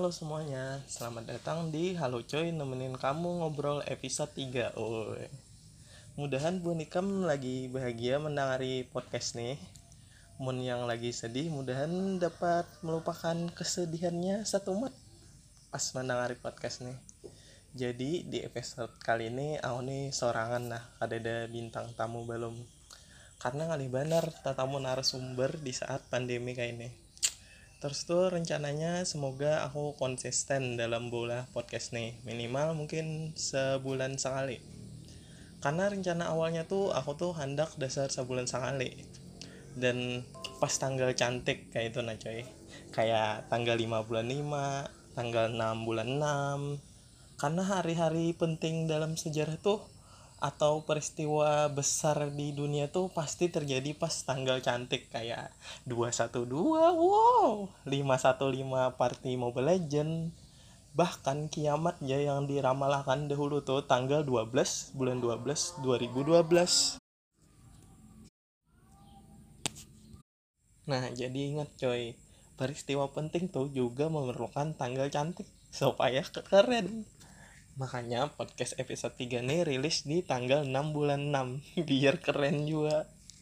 Halo semuanya, selamat datang di Halo Coy, nemenin kamu ngobrol episode 3. Mudahan Bu Nikam lagi bahagia mendengari podcast nih. Mun yang lagi sedih, mudahan dapat melupakan kesedihannya satu mat pas mendengari podcast nih. Jadi di episode kali ini aku nih sorangan nah, ada bintang tamu belum. Karena ngalih bener tatamu narasumber di saat pandemi kayak ini. Terus tuh rencananya semoga aku konsisten dalam bola podcast nih, minimal mungkin sebulan sekali. Karena rencana awalnya tuh aku tuh hendak dasar sebulan sekali. Dan pas tanggal cantik kayak itu nah coy. Kayak tanggal 5 bulan 5, tanggal 6 bulan 6. Karena hari-hari penting dalam sejarah tuh atau peristiwa besar di dunia tuh pasti terjadi pas tanggal cantik kayak 212, wow, 515 party Mobile Legend, bahkan kiamat ya yang diramalkan dahulu tuh tanggal 12 bulan 12 2012. Nah, jadi ingat coy, peristiwa penting tuh juga memerlukan tanggal cantik supaya keren. Makanya podcast episode 3 nih rilis di tanggal 6 bulan 6 biar keren juga.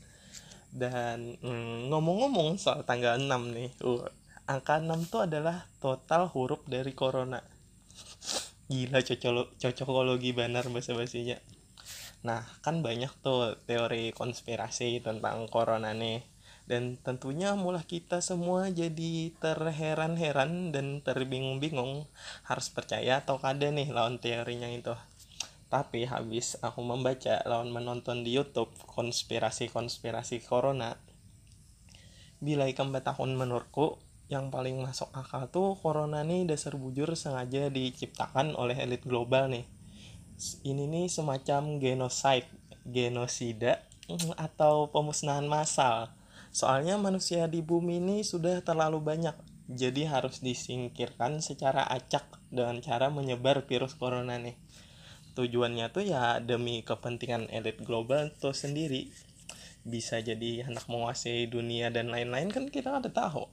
Dan ngomong-ngomong soal tanggal 6 nih, angka 6 tuh adalah total huruf dari corona. Gila cocokologi benar bahasa basinya. Nah, kan banyak tuh teori konspirasi tentang corona nih. Dan tentunya mulai kita semua jadi terheran-heran dan terbingung-bingung harus percaya atau kada nih lawan teorinya itu. Tapi habis aku membaca lawan menonton di YouTube konspirasi-konspirasi corona, bila ikam tahun menurutku yang paling masuk akal tuh corona nih dasar bujur sengaja diciptakan oleh elit global nih. Ini nih semacam genosida atau pemusnahan massal. Soalnya manusia di bumi ini sudah terlalu banyak, jadi harus disingkirkan secara acak dengan cara menyebar virus corona nih. Tujuannya tuh ya demi kepentingan elit global tuh sendiri. Bisa jadi hendak menguasai dunia dan lain-lain kan kita ada tahu.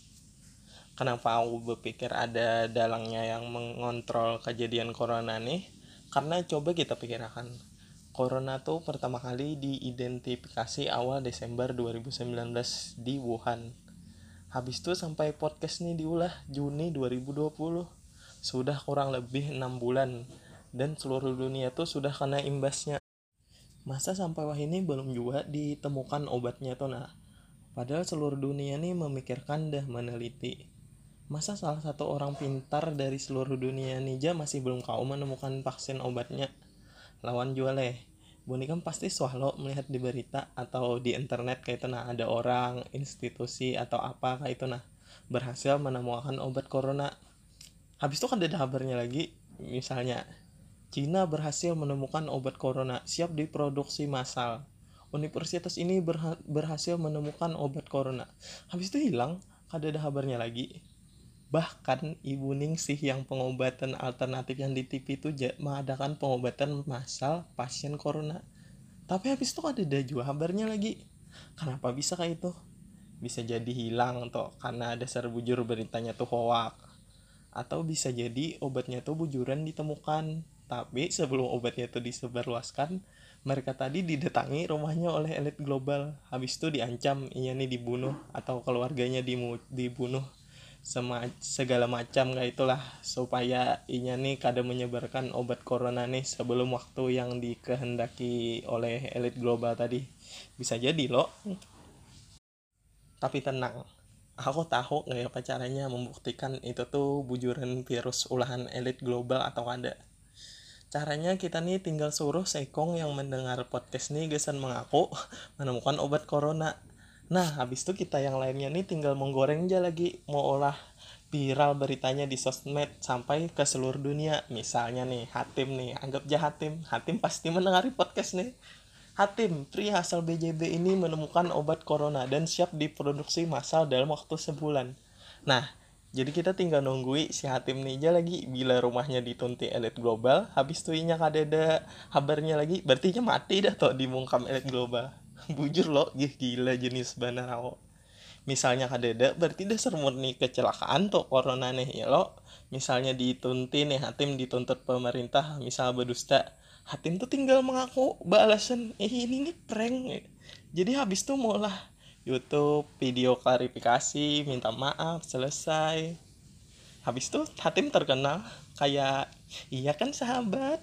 Kenapa aku berpikir ada dalangnya yang mengontrol kejadian corona nih? Karena coba kita pikirkan, corona tuh pertama kali diidentifikasi awal Desember 2019 di Wuhan. Habis itu sampai podcast nih diulah Juni 2020. Sudah kurang lebih 6 bulan dan seluruh dunia tuh sudah kena imbasnya. Masa sampai wah ini belum juga ditemukan obatnya tuh nah. Padahal seluruh dunia nih memikirkan dah meneliti. Masa salah satu orang pintar dari seluruh dunia ninja masih belum kau menemukan vaksin obatnya? Lawan jualeh. Boni kan pasti swallow melihat di berita atau di internet kayak itu nah ada orang, institusi atau apa kayak itu nah berhasil menemukan obat corona. Habis itu kan ada kabarnya lagi, misalnya Cina berhasil menemukan obat corona siap diproduksi massal. Universitas ini berhasil menemukan obat corona. Habis itu hilang, kada ada kabarnya lagi. Bahkan Ibu Ningsih yang pengobatan alternatif yang di TV itu mengadakan pengobatan massal pasien corona. Tapi habis itu ada juga kabarnya lagi. Kenapa bisa kayak itu? Bisa jadi hilang toh karena dasar bujur beritanya tuh hoak. Atau bisa jadi obatnya tuh bujuran ditemukan. Tapi sebelum obatnya tuh disebarluaskan, mereka tadi didatangi rumahnya oleh elit global. Habis itu diancam, iya nih dibunuh atau keluarganya dibunuh segala macam kayak itulah supaya inya nih kada menyebarkan obat corona nih sebelum waktu yang dikehendaki oleh elit global tadi. Bisa jadi loh. Tapi tenang, aku tahu nggak apa caranya membuktikan itu tuh bujuran virus ulahan elit global atau ada. Caranya kita nih tinggal suruh Sekong yang mendengar podcast nih gesan mengaku menemukan obat corona. Nah, habis itu kita yang lainnya nih tinggal menggoreng aja lagi mau olah viral beritanya di sosmed sampai ke seluruh dunia. Misalnya nih, Hatim nih, anggap aja Hatim pasti mendengari podcast nih. Hatim, pria asal BJB ini menemukan obat corona dan siap diproduksi massal dalam waktu sebulan. Nah, jadi kita tinggal nungguin si Hatim nih aja lagi bila rumahnya ditunti elit global, habis itu inya ada kabarnya lagi, berarti mati dah tuh dimungkam elit global. Bujur loh, gila jenis bener aku. misalnya kadeda berarti dasar murni kecelakaan tuh corona nih ya lo. Misalnya dituntin nih hakim dituntut pemerintah misal berdusta, hakim tuh tinggal mengaku balasan ini nih prank. Jadi habis tuh mulai YouTube video klarifikasi minta maaf selesai. Habis tuh hakim terkenal kayak iya kan sahabat.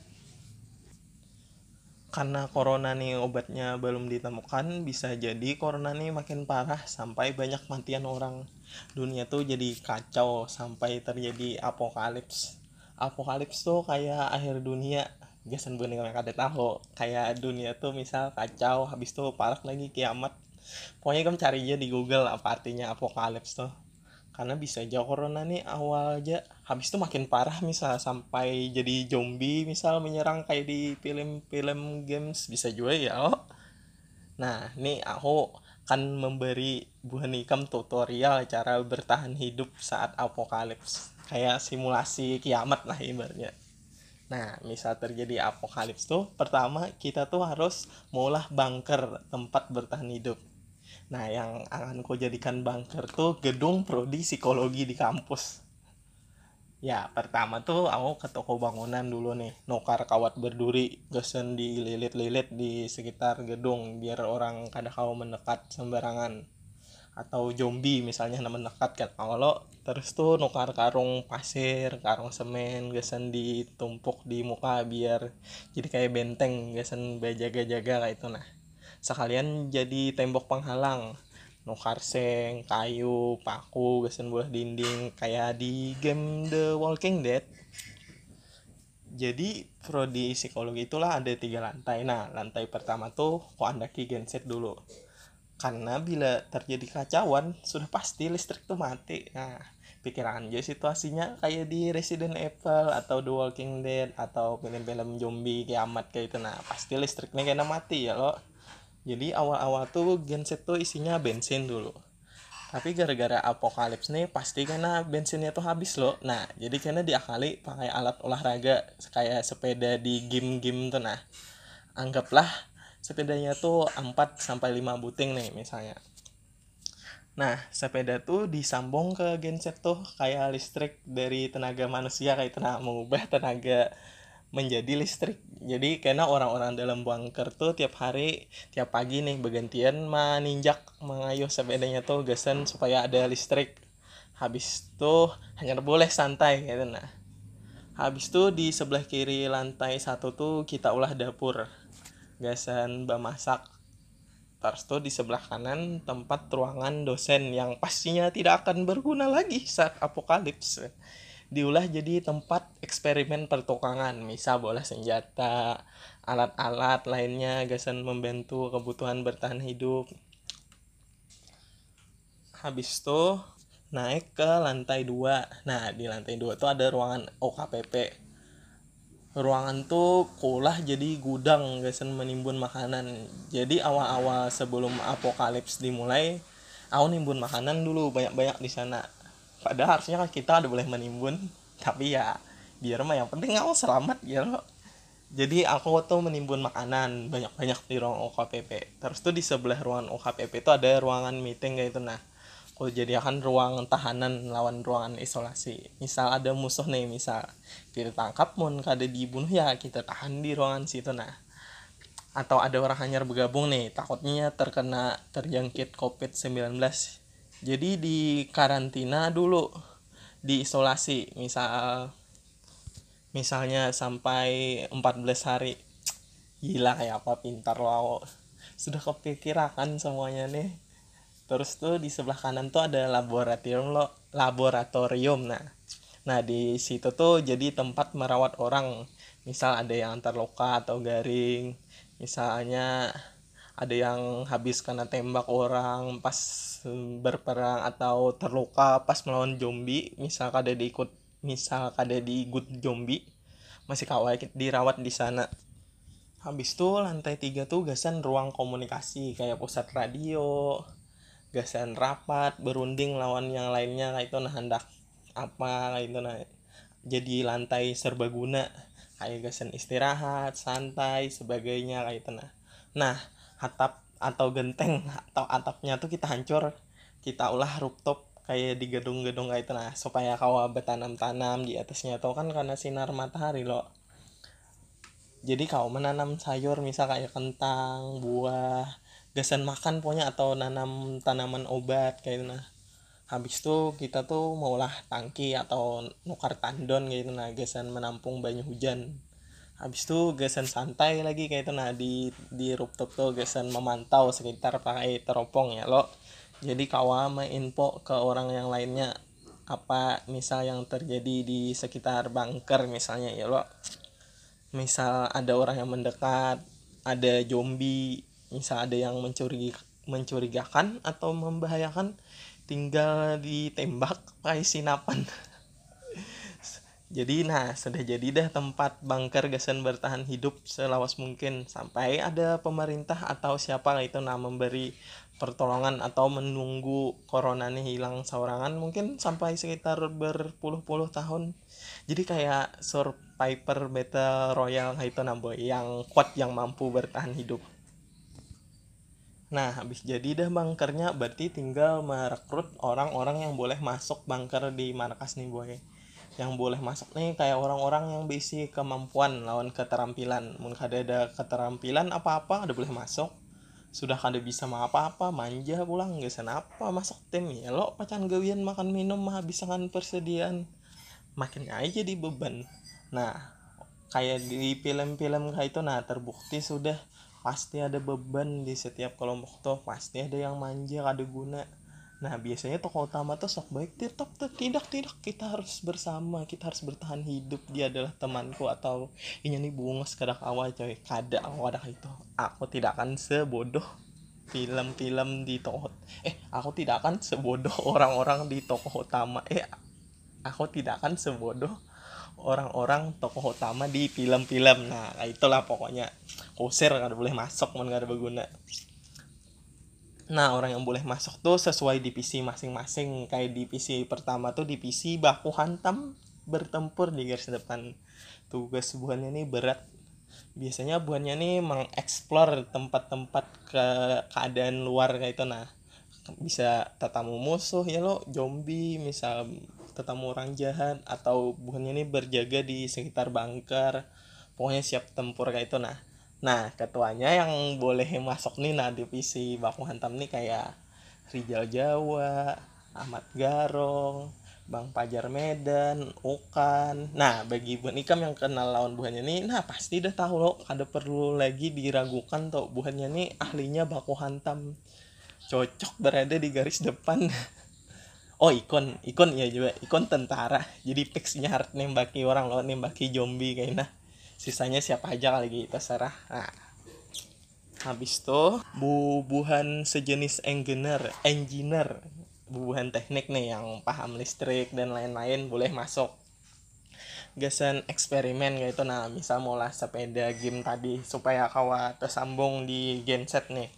Karena corona nih obatnya belum ditemukan, bisa jadi corona nih makin parah sampai banyak matian orang. Dunia tuh jadi kacau sampai terjadi apokalips. Apokalips tuh kayak akhir dunia. Biasan bener yang kada tahu. Kayak dunia tuh misal kacau, habis tuh parah lagi kiamat. Pokoknya kamu cari aja di Google apa artinya apokalips tuh. Karena bisa aja corona nih awal aja habis itu makin parah misal sampai jadi zombie misal menyerang kayak di film-film games bisa juga ya oh. Nah nih aku akan memberi Bu Hanikam tutorial cara bertahan hidup saat apokalips kayak simulasi kiamat lah ibaratnya. Nah misal terjadi apokalips tuh pertama kita tuh harus maulah bunker tempat bertahan hidup. Nah, yang akan ku jadikan bunker tuh gedung prodi psikologi di kampus. Ya, pertama tuh aku ke toko bangunan dulu nih, nukar kawat berduri, gesen dililit-lilit di sekitar gedung biar orang kada kau mendekat sembarangan. Atau zombie misalnya mendekat kan. Kalau terus tuh nukar karung pasir, karung semen, gesen ditumpuk di muka biar jadi kayak benteng, gesen berjaga-jaga kayak itu nah. Sekalian jadi tembok penghalang, nukar seng kayu paku gesen buah dinding kayak di game The Walking Dead. Jadi prodi psikologi itulah ada 3 lantai. Nah lantai pertama tuh kok andaki genset dulu karena bila terjadi kacauan sudah pasti listrik tuh mati. Nah pikiran aja situasinya kayak di Resident Evil atau The Walking Dead atau film-film zombie kiamat kayak itu. Nah pasti listriknya kena mati ya lo. Jadi awal-awal tuh genset tuh isinya bensin dulu. Tapi gara-gara apokalips nih pasti karena bensinnya tuh habis loh. Nah, jadi karena diakali pakai alat olahraga kayak sepeda di game-game tuh nah. Anggaplah sepedanya tuh 4 sampai 5 buting nih misalnya. Nah, sepeda tuh disambung ke genset tuh kayak listrik dari tenaga manusia kayak itu nah mengubah tenaga menjadi listrik. Jadi karena orang-orang dalam bunker tuh tiap hari tiap pagi nih bergantian meninjak mengayuh sepedanya tuh gasen supaya ada listrik. Habis tuh hanya boleh santai gitu nah. Habis tuh di sebelah kiri lantai satu tuh kita ulah dapur gasan bamasak. Terus tuh di sebelah kanan tempat ruangan dosen yang pastinya tidak akan berguna lagi saat apokalips. Diulah jadi tempat eksperimen pertukangan, misal bola senjata, alat-alat lainnya gasan membantu kebutuhan bertahan hidup. Habis tuh naik ke lantai 2. Nah di lantai 2 tuh ada ruangan OKPP. Ruangan tuh kulah jadi gudang gasan menimbun makanan. Jadi awal-awal sebelum apokalips dimulai aku nimbun makanan dulu banyak-banyak di sana. Padahal harusnya kan kita ada boleh menimbun, tapi ya biar mah yang penting aku selamat ya lo. Jadi aku tuh menimbun makanan banyak-banyak di ruang OKPP. Terus tuh di sebelah ruangan OKPP tuh ada ruangan meeting kayak itu nah. Aku jadi akan ruang tahanan lawan ruangan isolasi. Misal ada musuh nih, misal kita tangkap mun kada dibunuh ya kita tahan di ruangan situ nah. Atau ada orang hanyar bergabung nih, takutnya terkena terjangkit COVID-19. Jadi di karantina dulu, diisolasi, misalnya sampai 14 hari. Gila kayak apa pintar lo. Sudah kepikirakan semuanya nih. Terus tuh di sebelah kanan tuh ada laboratorium nah. Nah, di situ tuh jadi tempat merawat orang. Misal ada yang terluka atau garing. Misalnya ada yang habis kena tembak orang pas berperang atau terluka pas melawan zombie, misal kada diikut zombie, masih kawai dirawat di sana. Habis itu lantai 3 tuh gasan ruang komunikasi kayak pusat radio, gasan rapat berunding lawan yang lainnya kayak itu nah hendak apa kayak itu nah. Jadi lantai serbaguna kayak gasan istirahat santai sebagainya kayak itu nah. Nah atap atau genteng atau atapnya tuh kita hancur kita ulah rooftop kayak di gedung-gedung kayak itu nah supaya kau bertanam-tanam di atasnya tuh kan karena sinar matahari lo. Jadi kau menanam sayur misal kayak kentang, buah, gasan makan punya atau nanam tanaman obat kayak itu nah. Habis itu kita tuh maulah tangki atau nukar tandon gitu nah gasan menampung banyu hujan. Habis itu gasan santai lagi kayak itu nah di rooftop tuh gasan memantau sekitar pakai teropong ya lo. Jadi kawa info ke orang yang lainnya apa misal yang terjadi di sekitar bunker misalnya ya lo. Misal ada orang yang mendekat, ada zombie, misal ada yang mencurigakan atau membahayakan, tinggal ditembak pakai sinapan. Jadi nah sudah jadi dah tempat bunker gasan bertahan hidup selawas mungkin sampai ada pemerintah atau siapa itu nah memberi pertolongan atau menunggu corona nih hilang saurangan mungkin sampai sekitar berpuluh-puluh tahun. Jadi kayak Survivor Battle Royale itu nah boy yang kuat yang mampu bertahan hidup. Nah, habis jadi dah bunkernya berarti tinggal merekrut orang-orang yang boleh masuk bunker di markas nih boy. Yang boleh masuk nih kayak orang-orang yang bisi kemampuan lawan keterampilan. Mungkin ada keterampilan apa-apa ada boleh masuk. Sudah kada bisa mah apa-apa manja pulang nggak apa masuk tim ya lo pacan gawian makan minum mah bisa kan persediaan makin aja di beban. Nah kayak di film-film kayak itu nah terbukti sudah pasti ada beban di setiap kelompok tuh pasti ada yang manja ada guna. Nah biasanya tokoh utama tuh sok baik tetap tuh tidak kita harus bersama kita harus bertahan hidup dia adalah temanku atau ini nih bungos kadak awal coy kada wadah itu aku tidak akan sebodoh film-film di tokoh aku tidak akan sebodoh orang-orang di tokoh utama aku tidak akan sebodoh orang-orang tokoh utama di film-film nah itulah pokoknya kusir kada boleh masuk mun kada berguna. Nah orang yang boleh masuk tuh sesuai divisi masing-masing kayak divisi pertama tuh divisi baku hantam bertempur di garis depan. Tugas buahnya nih berat, biasanya buahnya nih mengeksplor tempat-tempat ke keadaan luar kayak itu nah bisa tetamu musuh ya lo zombie misal tetamu orang jahat atau bukannya ini berjaga di sekitar bunker pokoknya siap tempur kayak itu nah. Nah ketuanya yang boleh masuk nih nah divisi baku hantam nih kayak Rijal Jawa, Ahmad Garong, Bang Pajar Medan, Ukan. Nah bagi Buan Ikam yang kenal lawan buahnya nih nah pasti udah tahu lo ada perlu lagi diragukan tuh buahnya nih ahlinya baku hantam cocok berada di garis depan. Oh ikon ya juga ikon tentara jadi fixnya harus nembaki orang loh nembaki zombie kayaknya sisanya siapa aja kali gitu terserah. Nah habis tuh bubuhan sejenis engineer bubuhan teknik nih yang paham listrik dan lain-lain boleh masuk gasan eksperimen gitu nah misal mulai sepeda game tadi supaya kawa tersambung di genset nih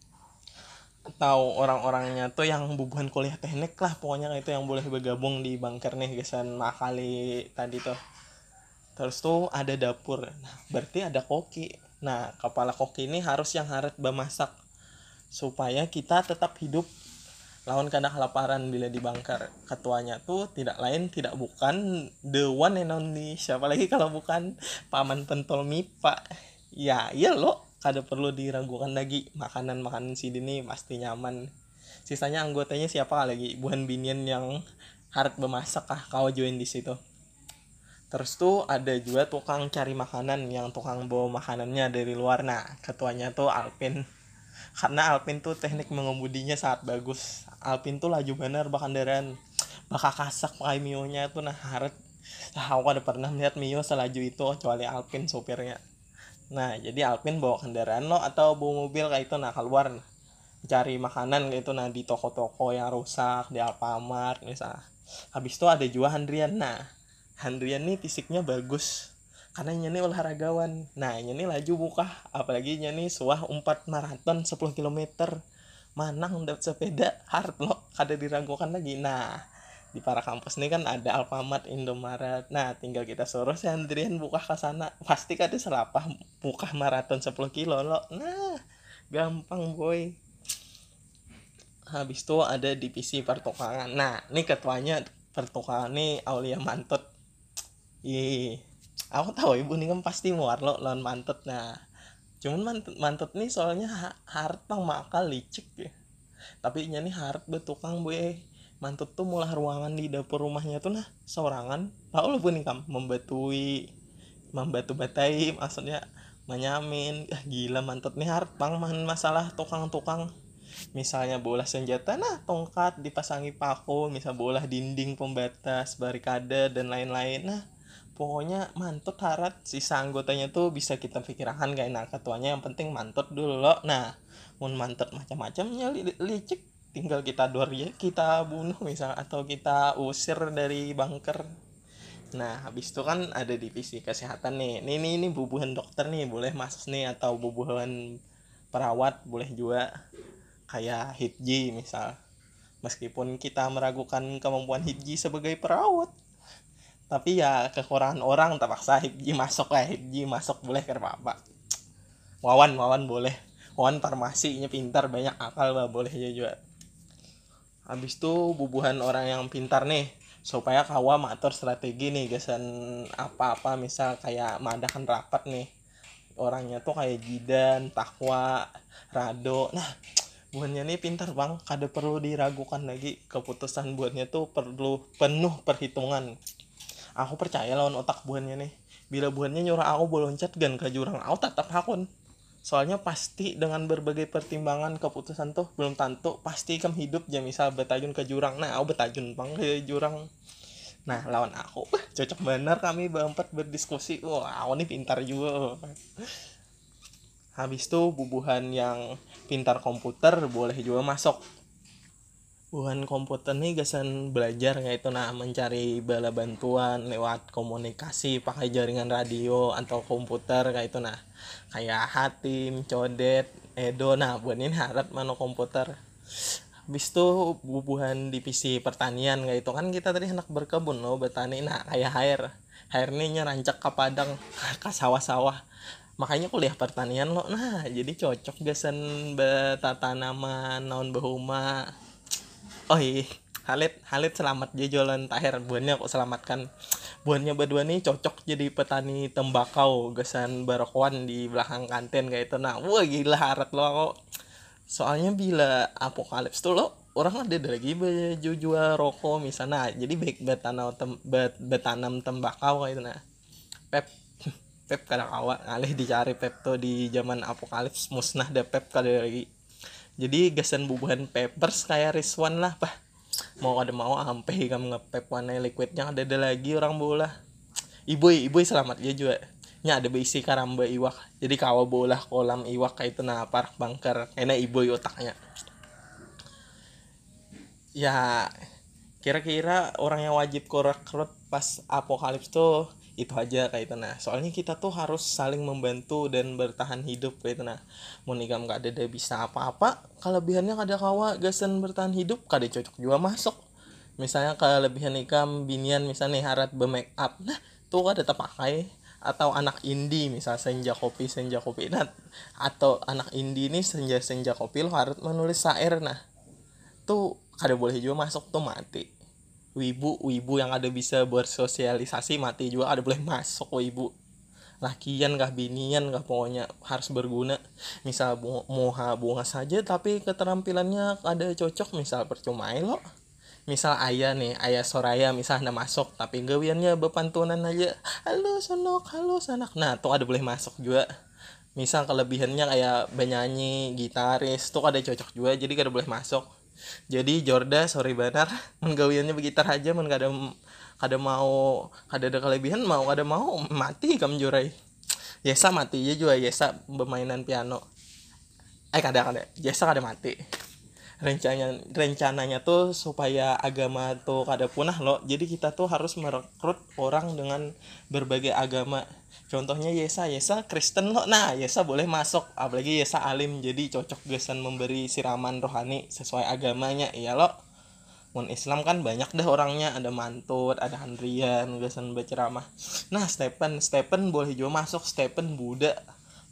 atau orang-orangnya tuh yang bubuhan kuliah teknik lah pokoknya itu yang boleh bergabung di bunker nih gesan makali tadi tuh. Terus tuh ada dapur nah berarti ada koki nah kepala koki ini harus yang harus bermasak supaya kita tetap hidup lawan kada kelaparan bila di bunker. Ketuanya tuh tidak lain tidak bukan the one and only siapa lagi kalau bukan paman pentol mipa. Ya iya lo kada perlu diragukan lagi makanan sini pasti nyaman. Sisanya anggotanya siapa lagi bukan binian yang harus memasak kau join di situ. Terus tuh ada juga tukang cari makanan yang tukang bawa makanannya dari luar. Nah ketuanya tuh Alpin karena Alpin tuh teknik mengemudinya sangat bagus. Alpin tuh laju bener kendaraan bakal kasak pakai Mio nya tuh nah harus aku ada pernah melihat Mio selaju itu kecuali Alpin sopirnya. Nah jadi Alvin bawa kendaraan lo atau bawa mobil kayak itu nah keluar cari makanan kayak itu nah di toko-toko yang rusak di Alfamart misalnya. Habis itu ada juga Handrian. Nah Handrian nih fisiknya bagus karena ini olahragawan. Nah ini laju buka apalagi ini suah umpat maraton 10 km manang dapat sepeda hard lo kada diragukan lagi. Nah di para kampus nih kan ada Alfamart, Indomaret. Nah, tinggal kita suruh si Andrian buka ke sana. Pasti kan selapah buka maraton 10 kilo lo. Nah, gampang boy. habis itu ada divisi pertukangan. Nah ini ketuanya pertukangan nih Aulia Mantut. Ih, aku tahu ibu nih kan pasti muar lo lawan Mantut. Nah cuman Mantut nih soalnya hard pang makal licik ya, tapi nya nih hard betukang boy. Mantut tuh mulai ruangan di dapur rumahnya tuh nah sorangan tahu lo nih kam membatu-batai maksudnya menyamin. Gila Mantut nih hard pang masalah tukang-tukang. Misalnya bola senjata nah tongkat dipasangi paku, misal bola dinding pembatas barikade dan lain-lain. Nah pokoknya Mantut harap sisa anggotanya tuh bisa kita pikirkan kayak nah ketuanya yang penting Mantut dulu loh. Nah mun Mantut macam-macamnya licik tinggal kita dor ya kita bunuh misal atau kita usir dari bunker. Nah habis itu kan ada divisi kesehatan nih, ini bubuhan dokter nih boleh masuk nih, atau bubuhan perawat boleh juga, kayak Hipji misal. Meskipun kita meragukan kemampuan Hipji sebagai perawat, tapi ya kekurangan orang terpaksa Hipji masuk lah. Hipji masuk boleh ke apa. Wawan boleh. Wawan farmasinya pintar banyak akal bah boleh juga. Habis itu bubuhan orang yang pintar nih supaya kawa matur strategi nih gasan apa-apa, misal kayak mengadakan rapat nih orangnya tuh kayak Jidan, Takwa, Rado. Nah buatnya nih pintar bang, kada perlu diragukan lagi, keputusan buatnya tuh perlu penuh perhitungan. Aku percaya lawan otak buatnya nih, bila buatnya nyuruh aku boloncat gan ke jurang aku tetap hakun. Soalnya pasti dengan berbagai pertimbangan keputusan tuh belum tentu pasti kamu hidup ya, misal betajun ke jurang, nah aku betajun bang ke jurang. Nah lawan aku cocok bener kami berempat berdiskusi. Wah aku nih pintar juga. Habis itu bubuhan yang pintar komputer boleh juga masuk. Bubuhan komputer nih gasan belajar kayak itu nah, mencari bala bantuan lewat komunikasi pakai jaringan radio atau komputer kayak itu nah. Kayak Hatim, Codet, Edo. Nah buat ini harap mano komputer. Habis itu bubuhan divisi pertanian kayak itu kan kita tadi hendak berkebun loh bertani. Nah kayak Hair nih rancak ke padang ke sawah-sawah, makanya kuliah pertanian lo. Nah jadi cocok gasan betatanaman naon bahuma. Oh iya Halit selamat dia jualan tahir buannya kok selamatkan. Buannya berdua nih cocok jadi petani tembakau gasan barokuan di belakang kantin kayak itu. Nah wah gila harat lo kok. Soalnya bila apokalips tuh lo orang ada lagi baju jual rokok misalnya, jadi baik betanam tembakau kayak itu. Nah Pep Pep kadang awak ngalih dicari Pep tuh di zaman apokalips musnah deh Pep kada lagi. Jadi gasan bubuhan papers kayak Rizwan lah bah, mau ada mau ampe kamu ngepep warna liquidnya ada lagi orang bola. Ibu selamat dia juga nya ada berisi karamba iwak, jadi kawa bola kolam iwak kayak itu nah park bunker enak ibu otaknya. Ya kira-kira orang yang wajib rekrut pas apokalips tuh itu aja kayak itu nah. Soalnya kita tuh harus saling membantu dan bertahan hidup kayak itu nah. Mau nikam gak ada bisa apa-apa, kelebihannya kada kawa gasan bertahan hidup kada cocok juga masuk. Misalnya kelebihan ikam binian misalnya harat be-make up, nah tuh kada terpakai. Atau anak indie misal senja kopi nah, atau anak indie nih senja kopi lo harus menulis syair, nah tuh kada boleh juga masuk tuh mati. Wibu yang ada bisa bersosialisasi mati juga ada boleh masuk. Wibu lakian kah binian kah pokoknya harus berguna. Misal bunga saja tapi keterampilannya ada cocok, misal percuma lo. Misal ayah Soraya misal masuk tapi gawiannya bepantunan aja, halo sonok halo sanak, nah tuh ada boleh masuk juga. Misal kelebihannya kayak benyanyi gitaris tuh ada cocok juga, jadi kada boleh masuk. Jadi Jorda sorry benar menggawiannya begitar aja men kada mau kada ada kelebihan mau kada mau mati kam jurai. Yesa mati ya juga, Yesa bermainan piano kada Yesa kada mati. Rencananya tuh supaya agama tuh kada punah loh, jadi kita tuh harus merekrut orang dengan berbagai agama. Contohnya Yesa Kristen lo, nah Yesa boleh masuk, apalagi Yesa alim jadi cocok gasan memberi siraman rohani sesuai agamanya ya lo. Mun Islam kan banyak dah orangnya, ada Mantut, ada Handrian gasan berceramah. Nah Stephen boleh juga masuk, Stephen Buddha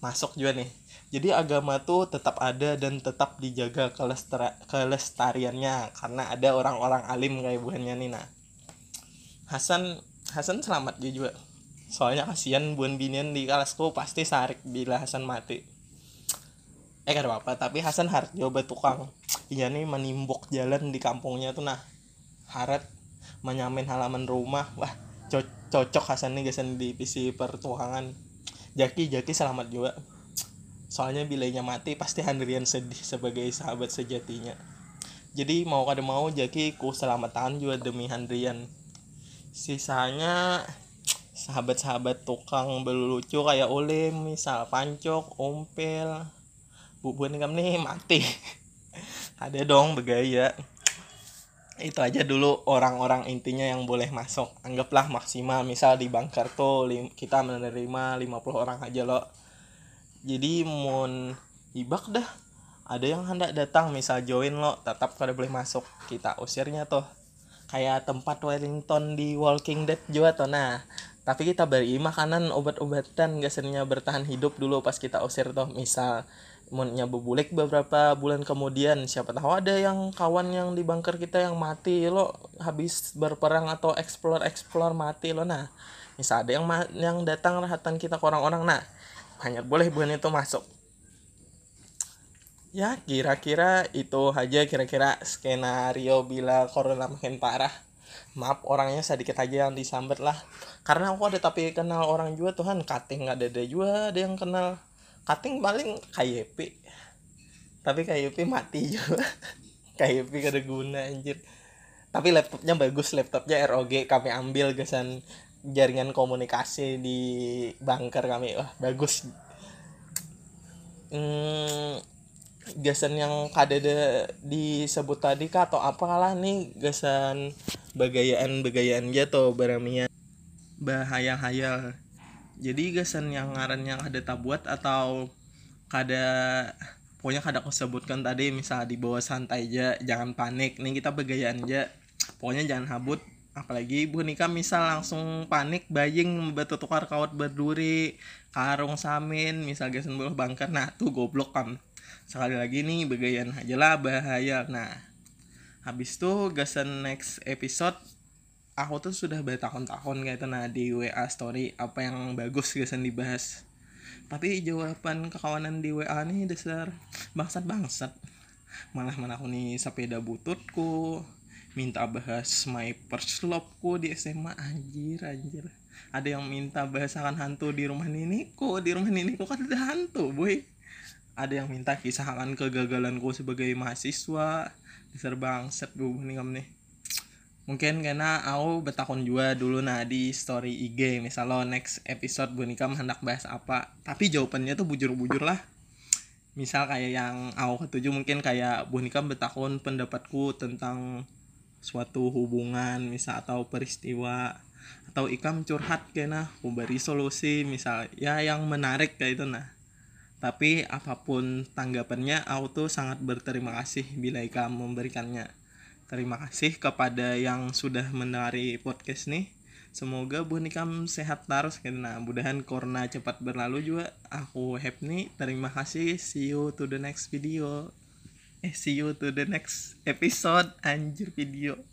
masuk juga nih. Jadi agama tuh tetap ada dan tetap dijaga kelestariannya karena ada orang-orang alim kayak buannya nih. Nah, Hasan Hasan selamat juga. Soalnya kasihan buan binian di kelasku pasti sarik bila Hasan mati. Kada apa, tapi Hasan harus coba tukang. Iya nih menimbuk jalan di kampungnya tuh nah. Harat menyamin halaman rumah. Wah, cocok Hasan nih gasan di PC pertukangan. Jaki selamat juga. Soalnya bilanya mati pasti Handrian sedih sebagai sahabat sejatinya. Jadi mau kada mau Jaki ku selamatan juga demi Handrian. Sisanya sahabat-sahabat tukang belulucu kayak Ulim, misal Pancok, Ompel, Bubuan kam nih mati. Ada dong bergaya. Itu aja dulu orang-orang intinya yang boleh masuk. Anggaplah maksimal misal di bunker tuh kita menerima 50 orang aja loh. Jadi mun ibak dah ada yang hendak datang misal join lo tetap kada boleh masuk, kita usirnya tuh kayak tempat Wellington di Walking Dead juga tuh. Nah tapi kita beri makanan obat-obatan gasanya bertahan hidup dulu pas kita usir tuh. Misal munnya bebulik beberapa bulan kemudian siapa tahu ada yang kawan yang di bunker kita yang mati lo habis berperang atau explore mati lo. Nah misal ada yang datang rahatan kita ke orang-orang, nah hanya boleh bukan itu masuk. Ya kira-kira itu aja kira-kira skenario bila corona makin parah. Maaf orangnya sedikit aja yang disambat lah. Karena aku ada tapi kenal orang juga Tuhan. Kating ada juga ada yang kenal. Kating paling KYP. Tapi KYP mati juga. KYP kada guna anjir. Tapi laptopnya bagus, laptopnya ROG kami ambil gasan jaringan komunikasi di bunker kami. Wah bagus. Gasan yang kada disebut tadi kah atau apalah nih gasan bagayaan jatuh baramian bahaya-hayal. Jadi gasan yang ngarannya kada tabuat atau kada pokoknya kada aku sebutkan tadi, misal di bawah santai aja, jangan panik nih kita bagayaan aja, pokoknya jangan habut. Apalagi ibu nikah misal langsung panik baying batu tukar kawat berduri karung samin misal gasan bola bangker, nah tuh goblok kam. Sekali lagi nih bagayaan aja lah bahaya. Nah habis tuh gasan next episode aku tuh sudah bertahun-tahun kayak itu nah di WA story apa yang bagus gasan dibahas, tapi jawaban kekawanan di WA nih dasar bangsat malah aku nih sepeda bututku minta bahas my first loveku di SMA. Anjir ada yang minta bahasakan hantu di rumah niniku kan ada hantu boy. Ada yang minta kisah akan kegagalanku sebagai mahasiswa. Dasar bangsat gue nih. Mungkin karena aku bertakon juga dulu nah di story IG misalnya next episode Bunikam hendak bahas apa, tapi jawabannya tuh bujur-bujur lah. Misal kayak yang aku ketujuh mungkin kayak Bunikam bertakon pendapatku tentang suatu hubungan misal atau peristiwa, atau Ikam curhat kena aku beri solusi misal ya yang menarik kayak itu nah. Tapi apapun tanggapannya aku tuh sangat berterima kasih bila Ikam memberikannya. Terima kasih kepada yang sudah mendengar podcast nih. Semoga Bunikam sehat terus karena mudahan corona cepat berlalu juga. Aku happy. Terima kasih. See you to the next video. See you to the next episode. Anjir video.